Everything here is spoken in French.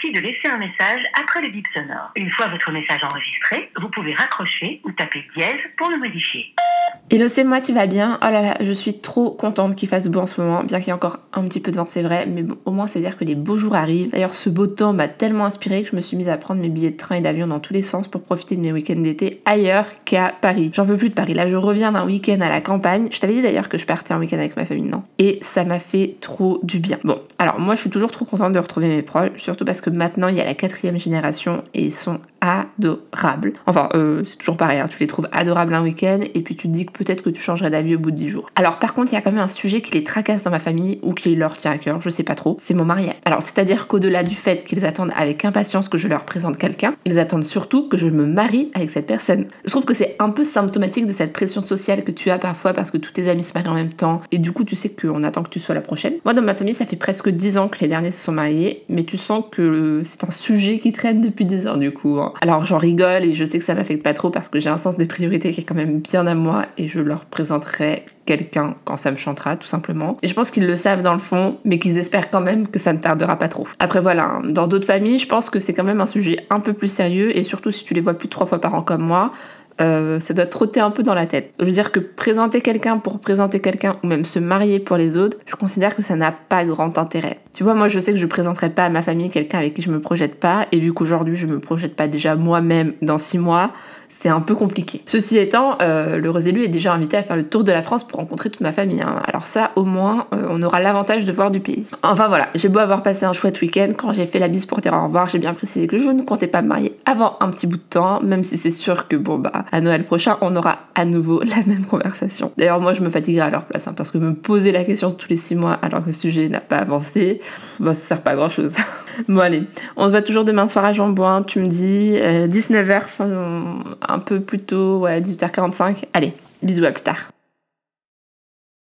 suffit de laisser un message après le bip sonore. Une fois votre message enregistré, vous pouvez raccrocher ou taper dièse pour le modifier. Hello, c'est moi, tu vas bien? Oh là là, je suis trop contente qu'il fasse beau en ce moment, bien qu'il y ait encore un petit peu de vent, c'est vrai, mais bon, au moins c'est dire que les beaux jours arrivent. D'ailleurs, ce beau temps m'a tellement inspirée que je me suis mise à prendre mes billets de train et d'avion dans tous les sens pour profiter de mes week-ends d'été ailleurs qu'à Paris. J'en peux plus de Paris, là je reviens d'un week-end à la campagne. Je t'avais dit d'ailleurs que je partais en week-end avec ma famille, non? Et ça m'a fait trop du bien. Bon, alors moi je suis toujours trop contente de retrouver mes proches, surtout parce que maintenant il y a la 4e génération et ils sont adorables. Enfin, c'est toujours pareil, hein, tu les trouves adorables un week-end et puis tu te dis que peut-être que tu changerais d'avis au bout de 10 jours. Alors par contre, il y a quand même un sujet qui les tracasse dans ma famille ou qui leur tient à cœur, je sais pas trop, c'est mon mariage. Alors c'est-à-dire qu'au-delà du fait qu'ils attendent avec impatience que je leur présente quelqu'un, ils attendent surtout que je me marie avec cette personne. Je trouve que c'est un peu symptomatique de cette pression sociale que tu as parfois parce que tous tes amis se marient en même temps et du coup tu sais qu'on attend que tu sois la prochaine. Moi dans ma famille ça fait presque 10 ans que les derniers se sont mariés, mais tu sens que c'est un sujet qui traîne depuis des ans du coup. Alors j'en rigole et je sais que ça m'affecte pas trop parce que j'ai un sens des priorités qui est quand même bien à moi et je leur présenterai quelqu'un quand ça me chantera tout simplement. Et je pense qu'ils le savent dans le fond, mais qu'ils espèrent quand même que ça ne tardera pas trop. Après voilà, dans d'autres familles, je pense que c'est quand même un sujet un peu plus sérieux et surtout si tu les vois plus de 3 fois par an comme moi, ça doit trotter un peu dans la tête. Je veux dire que présenter quelqu'un pour présenter quelqu'un ou même se marier pour les autres, je considère que ça n'a pas grand intérêt. Tu vois, moi je sais que je présenterai pas à ma famille quelqu'un avec qui je me projette pas et vu qu'aujourd'hui je me projette pas déjà moi-même dans 6 mois, c'est un peu compliqué. Ceci étant, l'heureux élu est déjà invité à faire le tour de la France pour rencontrer toute ma famille. Alors ça, au moins, on aura l'avantage de voir du pays. Enfin voilà, j'ai beau avoir passé un chouette week-end, quand j'ai fait la bise pour dire au revoir, j'ai bien précisé que je ne comptais pas me marier avant un petit bout de temps, même si c'est sûr que bon bah à Noël prochain, on aura à nouveau la même conversation. D'ailleurs, moi je me fatiguerai à leur place, parce que me poser la question tous les 6 mois alors que le sujet n'a pas avancé, bah ça sert pas à grand chose. Bon allez, on se voit toujours demain soir à Jean-Bouin, tu me dis 19h, un peu plus tôt, ouais, 18h45. Allez, bisous, à plus tard.